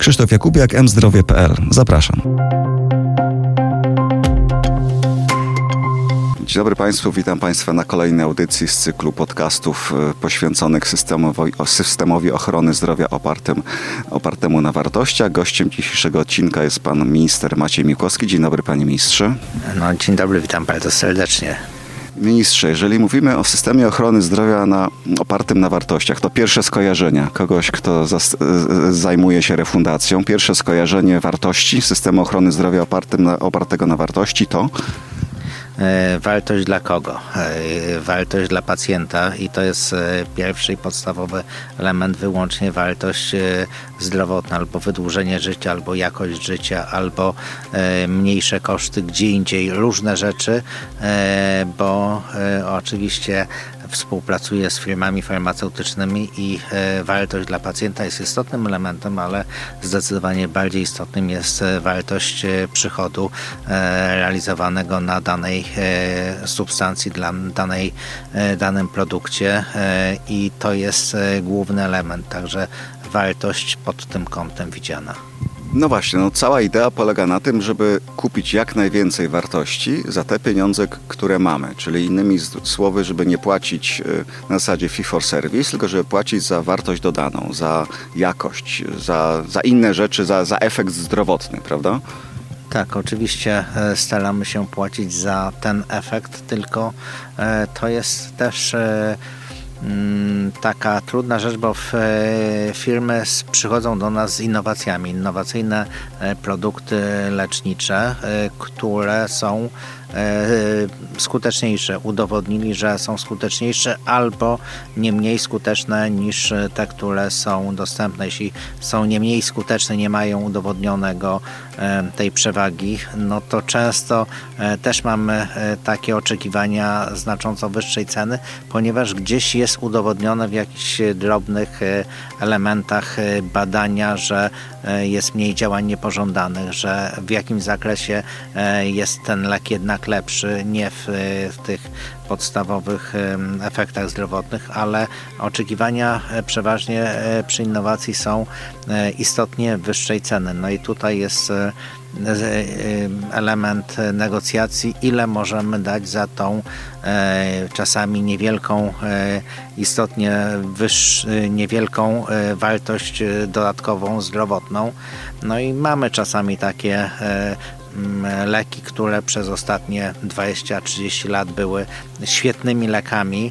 Krzysztof Jakubiak, mzdrowie.pl. Zapraszam. Dzień dobry Państwu, witam Państwa na kolejnej audycji z cyklu podcastów poświęconych systemowi ochrony zdrowia opartemu na wartościach. Gościem dzisiejszego odcinka jest pan minister Maciej Miłkowski. Dzień dobry, panie ministrze. Dzień dobry, witam bardzo serdecznie. Ministrze, jeżeli mówimy o systemie ochrony zdrowia opartym na wartościach, to pierwsze skojarzenia kogoś, kto zajmuje się refundacją, pierwsze skojarzenie wartości systemu ochrony zdrowia opartego na wartości to? Wartość dla kogo? Wartość dla pacjenta i to jest pierwszy i podstawowy element, wyłącznie wartość zdrowotna, albo wydłużenie życia, albo jakość życia, albo mniejsze koszty gdzie indziej, różne rzeczy, bo oczywiście współpracuję z firmami farmaceutycznymi i wartość dla pacjenta jest istotnym elementem, ale zdecydowanie bardziej istotnym jest wartość przychodu realizowanego na danej substancji, danym produkcie i to jest główny element, także wartość pod tym kątem widziana. No właśnie, cała idea polega na tym, żeby kupić jak najwięcej wartości za te pieniądze, które mamy. Czyli innymi słowy, żeby nie płacić na zasadzie fee for service, tylko żeby płacić za wartość dodaną, za jakość, za inne rzeczy, za efekt zdrowotny, prawda? Tak, oczywiście staramy się płacić za ten efekt, tylko to jest też taka trudna rzecz, bo firmy przychodzą do nas z innowacjami. Innowacyjne produkty lecznicze, które są skuteczniejsze. Udowodnili, że są skuteczniejsze albo nie mniej skuteczne niż te, które są dostępne. Jeśli są nie mniej skuteczne, nie mają udowodnionego tej przewagi, to często też mamy takie oczekiwania znacząco wyższej ceny, ponieważ gdzieś jest udowodnione w jakichś drobnych elementach badania, że jest mniej działań niepożądanych, że w jakimś zakresie jest ten lek jednak lepszy, nie w tych podstawowych efektach zdrowotnych, ale oczekiwania przeważnie przy innowacji są istotnie wyższej ceny. I tutaj jest element negocjacji, ile możemy dać za tą czasami niewielką, istotnie niewielką wartość dodatkową, zdrowotną. I mamy czasami takie leki, które przez ostatnie 20-30 lat były świetnymi lekami.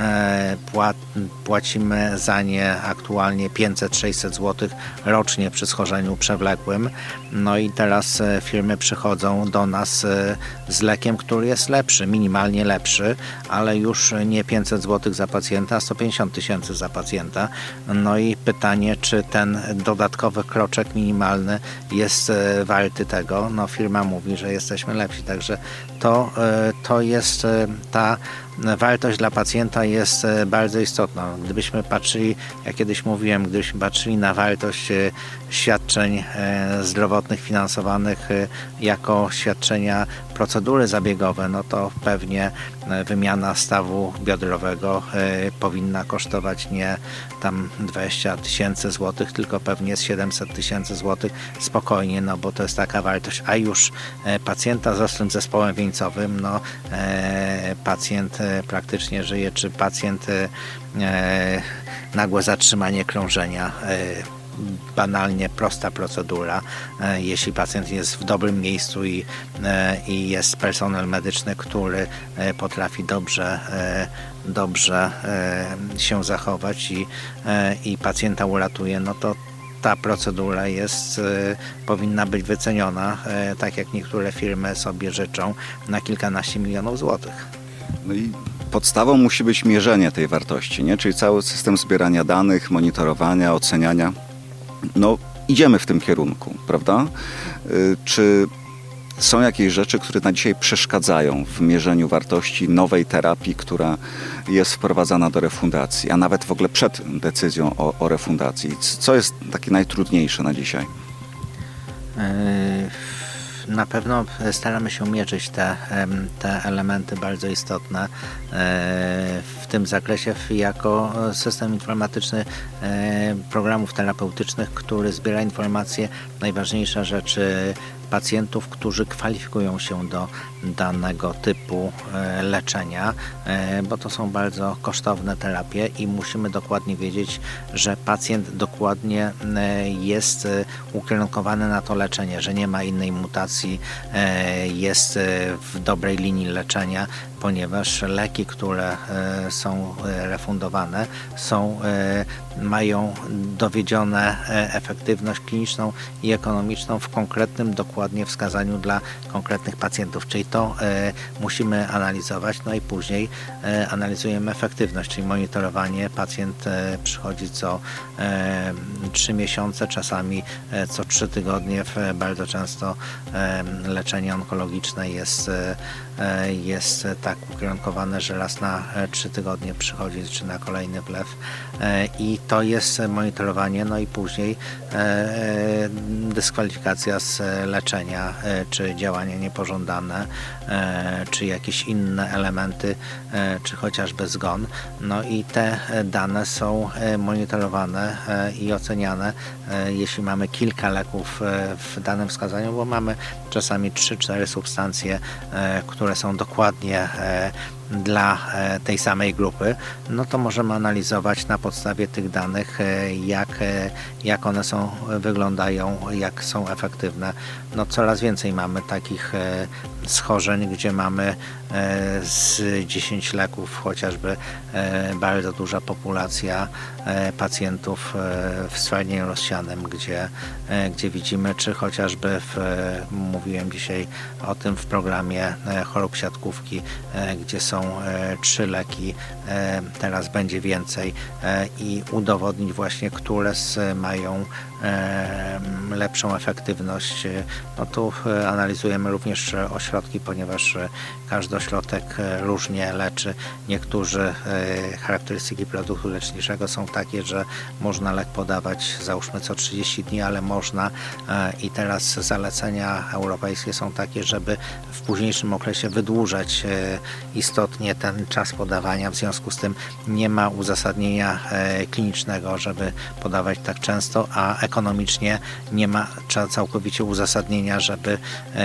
Płacimy za nie aktualnie 500-600 zł rocznie przy schorzeniu przewlekłym. I teraz firmy przychodzą do nas z lekiem, który jest lepszy, minimalnie lepszy, ale już nie 500 zł za pacjenta, a 150 000 za pacjenta. I pytanie, czy ten dodatkowy kroczek minimalny jest warty tego. Firma mówi, że jesteśmy lepsi, także to jest ta wartość dla pacjenta jest bardzo istotna. Gdybyśmy patrzyli, jak kiedyś mówiłem, na wartość świadczeń zdrowotnych finansowanych jako świadczenia procedury zabiegowe, to pewnie wymiana stawu biodrowego powinna kosztować nie tam 20 000 złotych, tylko pewnie z 700 000 złotych spokojnie, bo to jest taka wartość. A już pacjenta z ostrym zespołem wieńcowym, pacjent praktycznie żyje, czy pacjent nagłe zatrzymanie krążenia, banalnie prosta procedura. Jeśli pacjent jest w dobrym miejscu i jest personel medyczny, który potrafi dobrze się zachować i pacjenta uratuje, to ta procedura powinna być wyceniona, tak jak niektóre firmy sobie życzą, na kilkanaście milionów złotych. I podstawą musi być mierzenie tej wartości, nie? Czyli cały system zbierania danych, monitorowania, oceniania. Idziemy w tym kierunku, prawda? Czy są jakieś rzeczy, które na dzisiaj przeszkadzają w mierzeniu wartości nowej terapii, która jest wprowadzana do refundacji, a nawet w ogóle przed decyzją o refundacji? Co jest takie najtrudniejsze na dzisiaj? Na pewno staramy się mierzyć te elementy bardzo istotne. W tym zakresie jako system informatyczny programów terapeutycznych, który zbiera informacje, najważniejsze rzeczy pacjentów, którzy kwalifikują się do danego typu leczenia, bo to są bardzo kosztowne terapie i musimy dokładnie wiedzieć, że pacjent dokładnie jest ukierunkowany na to leczenie, że nie ma innej mutacji, jest w dobrej linii leczenia, ponieważ leki, które są refundowane, mają dowiedzione efektywność kliniczną i ekonomiczną w konkretnym dokładnie wskazaniu dla konkretnych pacjentów, czyli to musimy analizować, no i później analizujemy efektywność, czyli monitorowanie. Pacjent przychodzi co 3 miesiące, czasami co 3 tygodnie. Bardzo często leczenie onkologiczne jest tak ukierunkowane, że raz na 3 tygodnie przychodzi, czy na kolejny wlew i to jest monitorowanie, no i później dyskwalifikacja z leczenia, czy działania niepożądane, czy jakieś inne elementy, czy chociażby zgon. No i te dane są monitorowane i oceniane, jeśli mamy kilka leków w danym wskazaniu, bo mamy czasami 3-4 substancje, które są dokładnie dla tej samej grupy, no to możemy analizować na podstawie tych danych, jak one wyglądają, jak są efektywne. No coraz więcej mamy takich schorzeń, gdzie mamy z 10 leków chociażby bardzo duża populacja pacjentów w stwardnieniu rozsianym, gdzie widzimy, czy chociażby mówiłem dzisiaj o tym w programie chorób siatkówki, gdzie są 3 leki, teraz będzie więcej i udowodnić właśnie, które mają lepszą efektywność. No tu analizujemy również ośrodki, ponieważ każdy ośrodek różnie leczy. Niektórzy charakterystyki produktu leczniczego są takie, że można lek podawać załóżmy co 30 dni, ale można i teraz zalecenia europejskie są takie, żeby w późniejszym okresie wydłużać istotnie ten czas podawania. W związku z tym nie ma uzasadnienia klinicznego, żeby podawać tak często, a ekonomicznie nie ma całkowicie uzasadnienia, żeby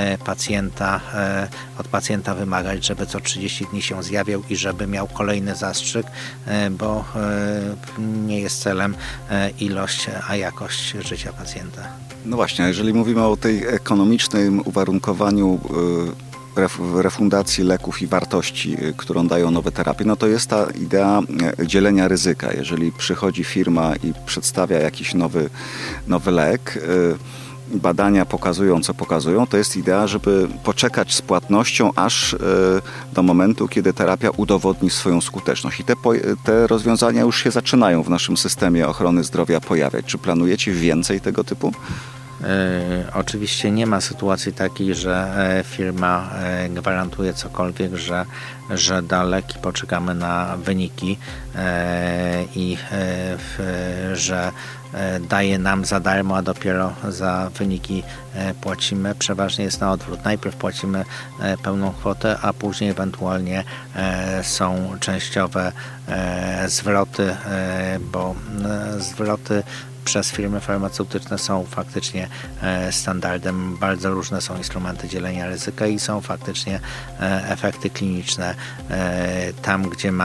od pacjenta wymagać, żeby co 30 dni się zjawiał i żeby miał kolejny zastrzyk, bo nie jest celem ilość, a jakość życia pacjenta. No właśnie, jeżeli mówimy o tej ekonomicznym uwarunkowaniu refundacji leków i wartości, którą dają nowe terapie, no to jest ta idea dzielenia ryzyka. Jeżeli przychodzi firma i przedstawia jakiś nowy lek, badania pokazują, co pokazują, to jest idea, żeby poczekać z płatnością aż do momentu, kiedy terapia udowodni swoją skuteczność. I te rozwiązania już się zaczynają w naszym systemie ochrony zdrowia pojawiać. Czy planujecie więcej tego typu? Oczywiście nie ma sytuacji takiej, że firma gwarantuje cokolwiek, że da leki, poczekamy na wyniki i że daje nam za darmo, a dopiero za wyniki płacimy. Przeważnie jest na odwrót. Najpierw płacimy pełną kwotę, a później ewentualnie są częściowe zwroty, bo zwroty przez firmy farmaceutyczne są faktycznie standardem. Bardzo różne są instrumenty dzielenia ryzyka i są faktycznie efekty kliniczne. Tam,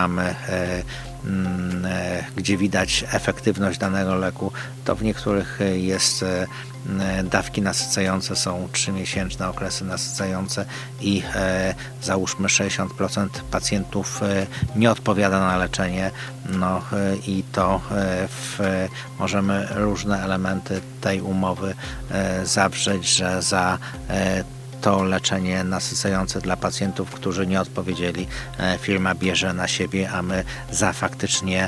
gdzie widać efektywność danego leku, to w niektórych jest dawki nasycające, są 3-miesięczne okresy nasycające i załóżmy 60% pacjentów nie odpowiada na leczenie, no i to możemy różne elementy tej umowy zawrzeć, że za to leczenie nasycające dla pacjentów, którzy nie odpowiedzieli, firma bierze na siebie, a my za faktycznie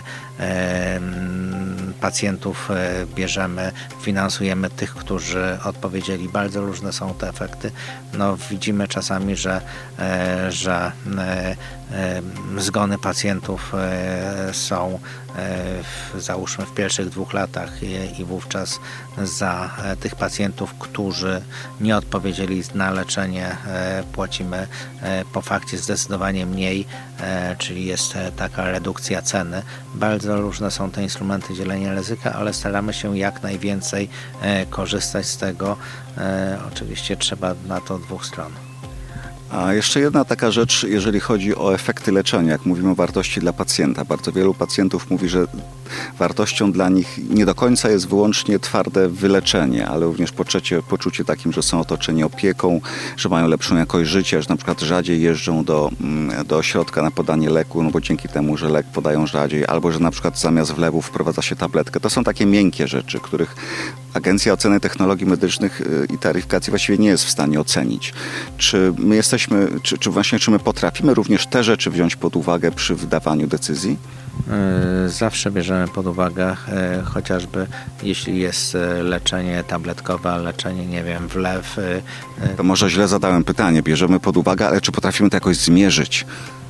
pacjentów bierzemy, finansujemy tych, którzy odpowiedzieli. Bardzo różne są te efekty. No, widzimy czasami, że zgony pacjentów są załóżmy w pierwszych 2 latach i wówczas za tych pacjentów, którzy nie odpowiedzieli na leczenie, płacimy po fakcie zdecydowanie mniej, czyli jest taka redukcja ceny. Bardzo różne są te instrumenty dzielenia ryzyka, ale staramy się jak najwięcej korzystać z tego. Oczywiście trzeba na to 2 stron. A jeszcze jedna taka rzecz, jeżeli chodzi o efekty leczenia, jak mówimy o wartości dla pacjenta. Bardzo wielu pacjentów mówi, że wartością dla nich nie do końca jest wyłącznie twarde wyleczenie, ale również poczucie takim, że są otoczeni opieką, że mają lepszą jakość życia, że na przykład rzadziej jeżdżą do ośrodka na podanie leku, no bo dzięki temu, że lek podają rzadziej, albo że na przykład zamiast wlewu wprowadza się tabletkę. To są takie miękkie rzeczy, których Agencja Oceny Technologii Medycznych i Taryfikacji właściwie nie jest w stanie ocenić. Czy my jesteśmy, czy my potrafimy również te rzeczy wziąć pod uwagę przy wydawaniu decyzji? Zawsze bierzemy pod uwagę, chociażby jeśli jest leczenie tabletkowe, leczenie, nie wiem, wlew. To może źle zadałem pytanie. Bierzemy pod uwagę, ale czy potrafimy to jakoś zmierzyć?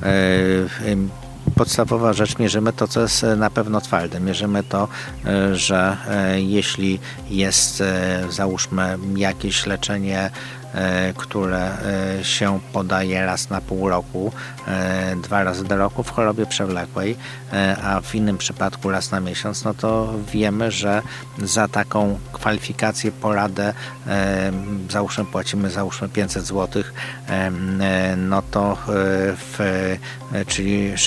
Podstawowa rzecz, mierzymy to, co jest na pewno twarde. Mierzymy to, że jeśli jest, załóżmy, jakieś leczenie, które się podaje raz na pół roku, 2 razy do roku w chorobie przewlekłej, a w innym przypadku raz na miesiąc, no to wiemy, że za taką kwalifikację, poradę płacimy 500 zł, no to czyli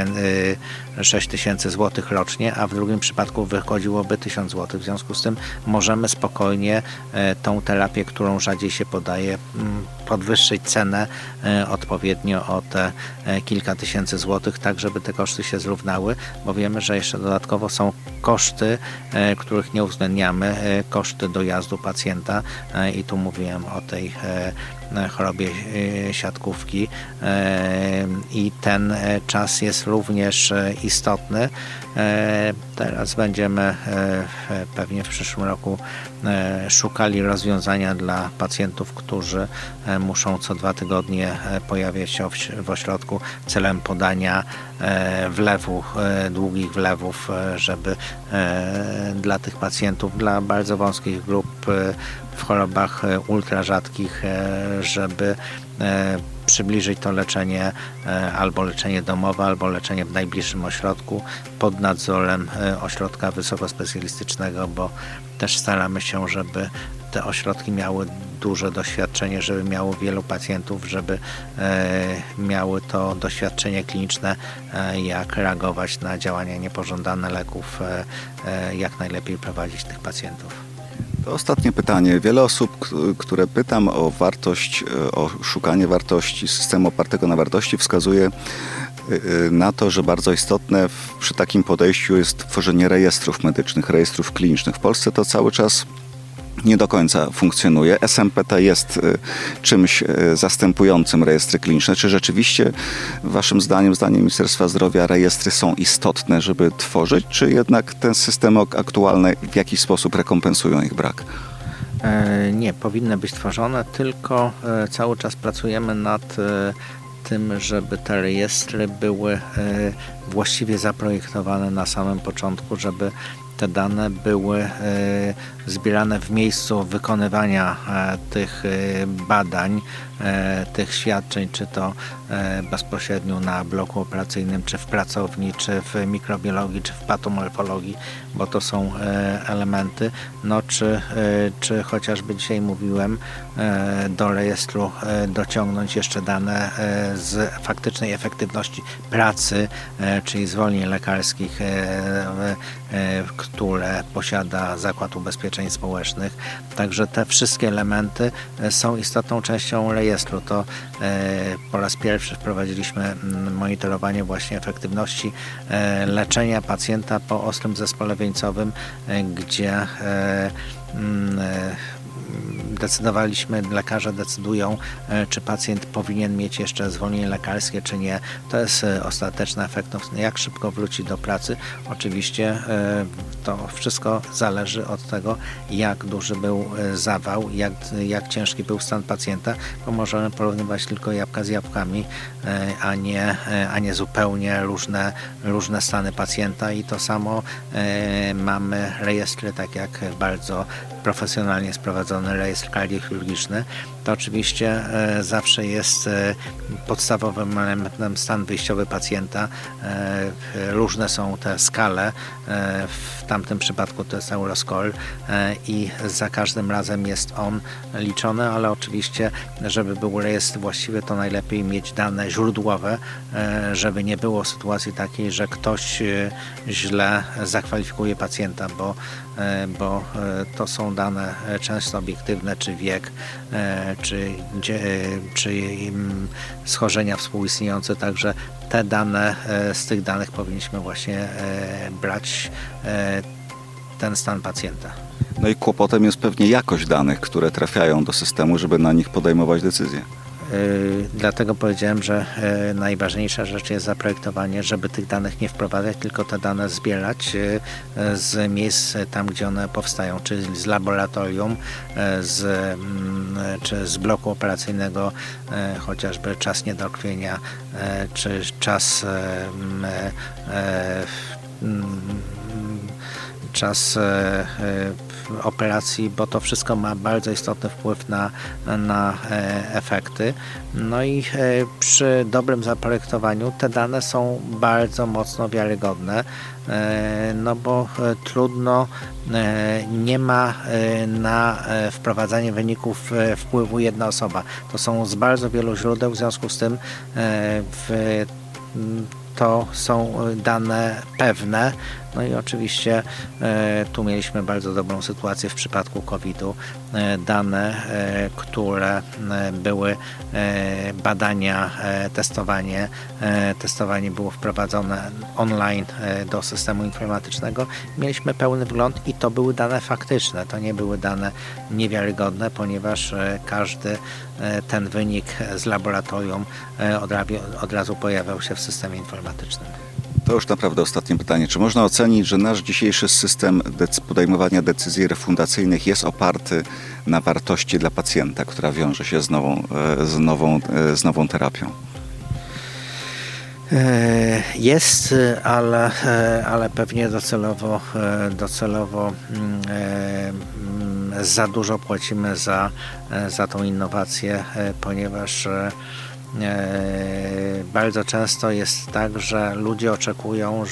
6 tysięcy złotych rocznie, a w drugim przypadku wychodziłoby 1000 zł. W związku z tym możemy spokojnie tą terapię, którą rzadziej się podaje, podwyższyć cenę odpowiednio o te kilka tysięcy złotych, tak żeby te koszty się zrównały, bo wiemy, że jeszcze dodatkowo są koszty, których nie uwzględniamy, koszty dojazdu pacjenta i tu mówiłem o tej chorobie siatkówki i ten czas jest również istotny. Teraz będziemy pewnie w przyszłym roku szukali rozwiązania dla pacjentów, którzy muszą co 2 tygodnie pojawiać się w ośrodku celem podania wlewu, długich wlewów, żeby dla tych pacjentów, dla bardzo wąskich grup w chorobach ultra rzadkich, żeby przybliżyć to leczenie, albo leczenie domowe, albo leczenie w najbliższym ośrodku pod nadzorem ośrodka wysokospecjalistycznego, bo też staramy się, żeby te ośrodki miały duże doświadczenie, żeby miało wielu pacjentów, żeby miały to doświadczenie kliniczne, jak reagować na działania niepożądane leków, jak najlepiej prowadzić tych pacjentów. To ostatnie pytanie. Wiele osób, które pytam o wartość, o szukanie wartości, systemu opartego na wartości, wskazuje na to, że bardzo istotne przy takim podejściu jest tworzenie rejestrów medycznych, rejestrów klinicznych. W Polsce to cały czas nie do końca funkcjonuje. SMPT jest czymś zastępującym rejestry kliniczne. Czy rzeczywiście waszym zdaniem, zdaniem Ministerstwa Zdrowia, rejestry są istotne, żeby tworzyć, czy jednak ten system aktualny w jakiś sposób rekompensują ich brak? Nie, powinny być tworzone, tylko cały czas pracujemy nad tym, żeby te rejestry były właściwie zaprojektowane na samym początku, żeby te dane były zbierane w miejscu wykonywania tych badań, tych świadczeń, czy to bezpośrednio na bloku operacyjnym, czy w pracowni, czy w mikrobiologii, czy w patomorfologii, bo to są elementy, no czy chociażby dzisiaj mówiłem, do rejestru dociągnąć jeszcze dane z faktycznej efektywności pracy, czyli zwolnień lekarskich, które posiada Zakład Ubezpieczeń Społecznych. Także te wszystkie elementy są istotną częścią rejestru. To po raz pierwszy wprowadziliśmy monitorowanie właśnie efektywności leczenia pacjenta po ostrym zespole wieńcowym, gdzie lekarze decydują, czy pacjent powinien mieć jeszcze zwolnienie lekarskie, czy nie. To jest ostateczny efekt. Jak szybko wróci do pracy? Oczywiście to wszystko zależy od tego, jak duży był zawał, jak ciężki był stan pacjenta, bo możemy porównywać tylko jabłka z jabłkami, a nie zupełnie różne stany pacjenta i to samo mamy rejestry, tak jak bardzo profesjonalnie sprowadzony rejestr kardiochirurgiczny. To oczywiście zawsze jest podstawowym elementem stan wyjściowy pacjenta. Różne są te skale, w tamtym przypadku to jest Euroscore i za każdym razem jest on liczony, ale oczywiście, żeby był rejestr właściwy, to najlepiej mieć dane źródłowe, żeby nie było sytuacji takiej, że ktoś źle zakwalifikuje pacjenta, bo to są dane często obiektywne, czy wiek, czy schorzenia współistniejące, także te dane, z tych danych powinniśmy właśnie brać ten stan pacjenta. No i kłopotem jest pewnie jakość danych, które trafiają do systemu, żeby na nich podejmować decyzje. Dlatego powiedziałem, że najważniejsza rzecz jest zaprojektowanie, żeby tych danych nie wprowadzać, tylko te dane zbierać z miejsc tam, gdzie one powstają, czyli z laboratorium, czy z bloku operacyjnego, chociażby czas niedokrwienia, czy czas operacji, bo to wszystko ma bardzo istotny wpływ na efekty. No i przy dobrym zaprojektowaniu te dane są bardzo mocno wiarygodne, no bo trudno, nie ma na wprowadzanie wyników wpływu jedna osoba. To są z bardzo wielu źródeł, w związku z tym to są dane pewne. No i oczywiście tu mieliśmy bardzo dobrą sytuację w przypadku COVID-u. Dane, które były badania, testowanie było wprowadzone online do systemu informatycznego. Mieliśmy pełny wgląd i to były dane faktyczne, to nie były dane niewiarygodne, ponieważ każdy ten wynik z laboratorium od razu pojawiał się w systemie informatycznym. To już naprawdę ostatnie pytanie. Czy można ocenić, że nasz dzisiejszy system podejmowania decyzji refundacyjnych jest oparty na wartości dla pacjenta, która wiąże się z nową terapią? Jest, ale pewnie docelowo za dużo płacimy za tą innowację, ponieważ bardzo często jest tak, że ludzie oczekują,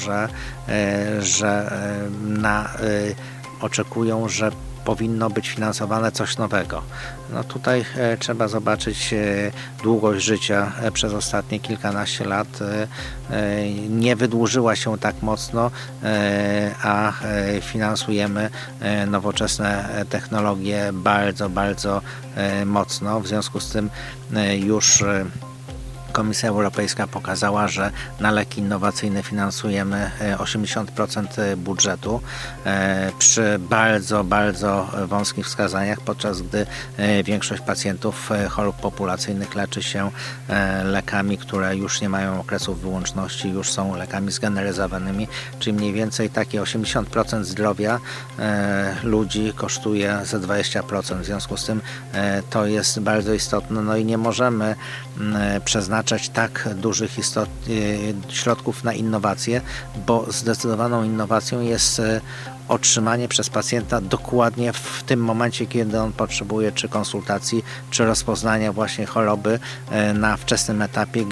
że powinno być finansowane coś nowego. No tutaj trzeba zobaczyć długość życia przez ostatnie kilkanaście lat. Nie wydłużyła się tak mocno, a finansujemy nowoczesne technologie bardzo, bardzo mocno. W związku z tym już Komisja Europejska pokazała, że na leki innowacyjne finansujemy 80% budżetu przy bardzo, bardzo wąskich wskazaniach, podczas gdy większość pacjentów chorób populacyjnych leczy się lekami, które już nie mają okresów wyłączności, już są lekami zgeneryzowanymi, czyli mniej więcej takie 80% zdrowia ludzi kosztuje ze 20%. W związku z tym to jest bardzo istotne, no i nie możemy przeznaczać tak dużych środków na innowacje, bo zdecydowaną innowacją jest otrzymanie przez pacjenta dokładnie w tym momencie, kiedy on potrzebuje czy konsultacji, czy rozpoznania właśnie choroby na wczesnym etapie,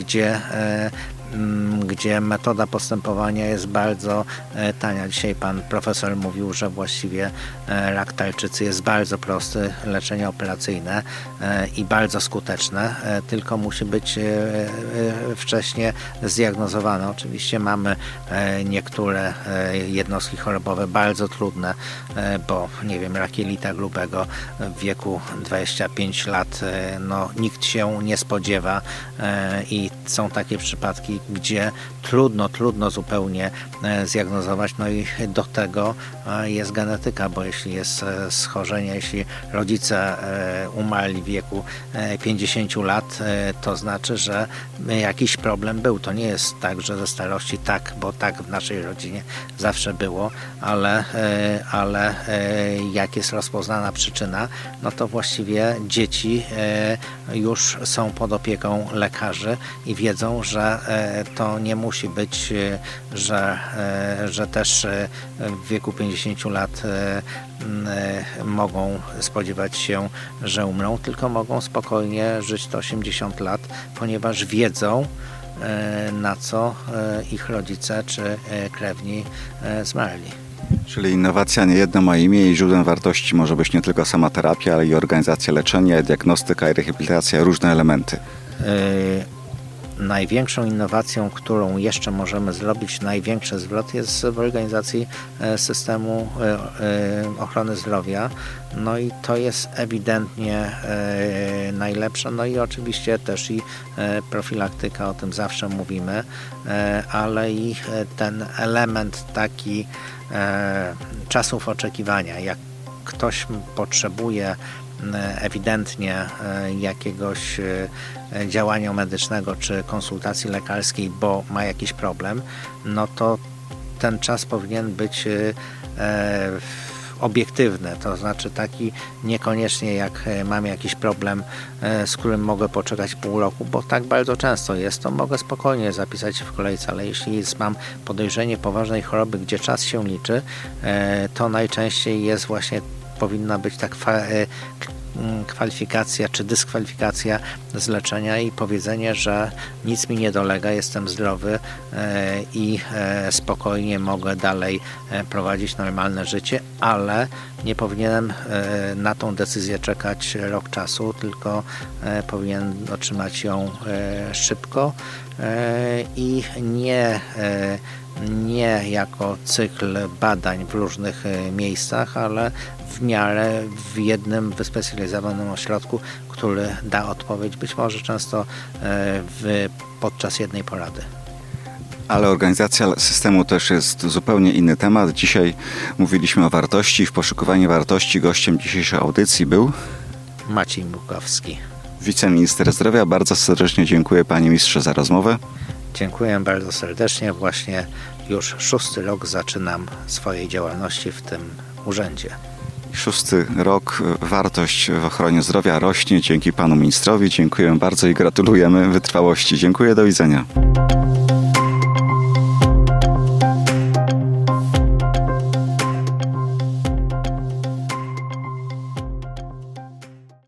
gdzie metoda postępowania jest bardzo tania. Dzisiaj pan profesor mówił, że właściwie rak tarczycy jest bardzo prosty, leczenie operacyjne i bardzo skuteczne, tylko musi być wcześnie zdiagnozowane. Oczywiście mamy niektóre jednostki chorobowe bardzo trudne, bo nie wiem, rak jelita grubego w wieku 25 lat, no nikt się nie spodziewa i są takie przypadki i gdzie trudno zupełnie zdiagnozować. No i do tego jest genetyka, bo jeśli jest schorzenie, jeśli rodzice umarli w wieku 50 lat, to znaczy, że jakiś problem był. To nie jest tak, że ze starości tak, bo tak w naszej rodzinie zawsze było, ale jak jest rozpoznana przyczyna, no to właściwie dzieci już są pod opieką lekarzy i wiedzą, że to nie musi być, że też w wieku 50 lat mogą spodziewać się, że umrą, tylko mogą spokojnie żyć do 80 lat, ponieważ wiedzą, na co ich rodzice czy krewni zmarli. Czyli innowacja nie jedno ma imię i źródłem wartości może być nie tylko sama terapia, ale i organizacja leczenia, diagnostyka i rehabilitacja, różne elementy. Największą innowacją, którą jeszcze możemy zrobić, największy zwrot jest w organizacji systemu ochrony zdrowia. No i to jest ewidentnie najlepsze. No i oczywiście też i profilaktyka, o tym zawsze mówimy, ale i ten element taki czasów oczekiwania. Jak ktoś potrzebuje ewidentnie jakiegoś działania medycznego czy konsultacji lekarskiej, bo ma jakiś problem, no to ten czas powinien być obiektywny, to znaczy taki niekoniecznie jak mam jakiś problem, z którym mogę poczekać pół roku, bo tak bardzo często jest, to mogę spokojnie zapisać się w kolejce, ale jeśli mam podejrzenie poważnej choroby, gdzie czas się liczy, to najczęściej jest właśnie powinna być ta kwalifikacja czy dyskwalifikacja z leczenia i powiedzenie, że nic mi nie dolega, jestem zdrowy i spokojnie mogę dalej prowadzić normalne życie, ale nie powinienem na tą decyzję czekać rok czasu, tylko powinien otrzymać ją szybko i nie jako cykl badań w różnych miejscach, ale w miarę w jednym wyspecjalizowanym ośrodku, który da odpowiedź, być może często podczas jednej porady. Ale organizacja systemu też jest zupełnie inny temat. Dzisiaj mówiliśmy o wartości. W poszukiwaniu wartości gościem dzisiejszej audycji był Maciej Bukowski, wiceminister zdrowia. Bardzo serdecznie dziękuję panie ministrze za rozmowę. Dziękuję bardzo serdecznie. Właśnie już 6. rok zaczynam swojej działalności w tym urzędzie. 6. rok, wartość w ochronie zdrowia rośnie dzięki panu ministrowi. Dziękuję bardzo i gratulujemy wytrwałości. Dziękuję, do widzenia.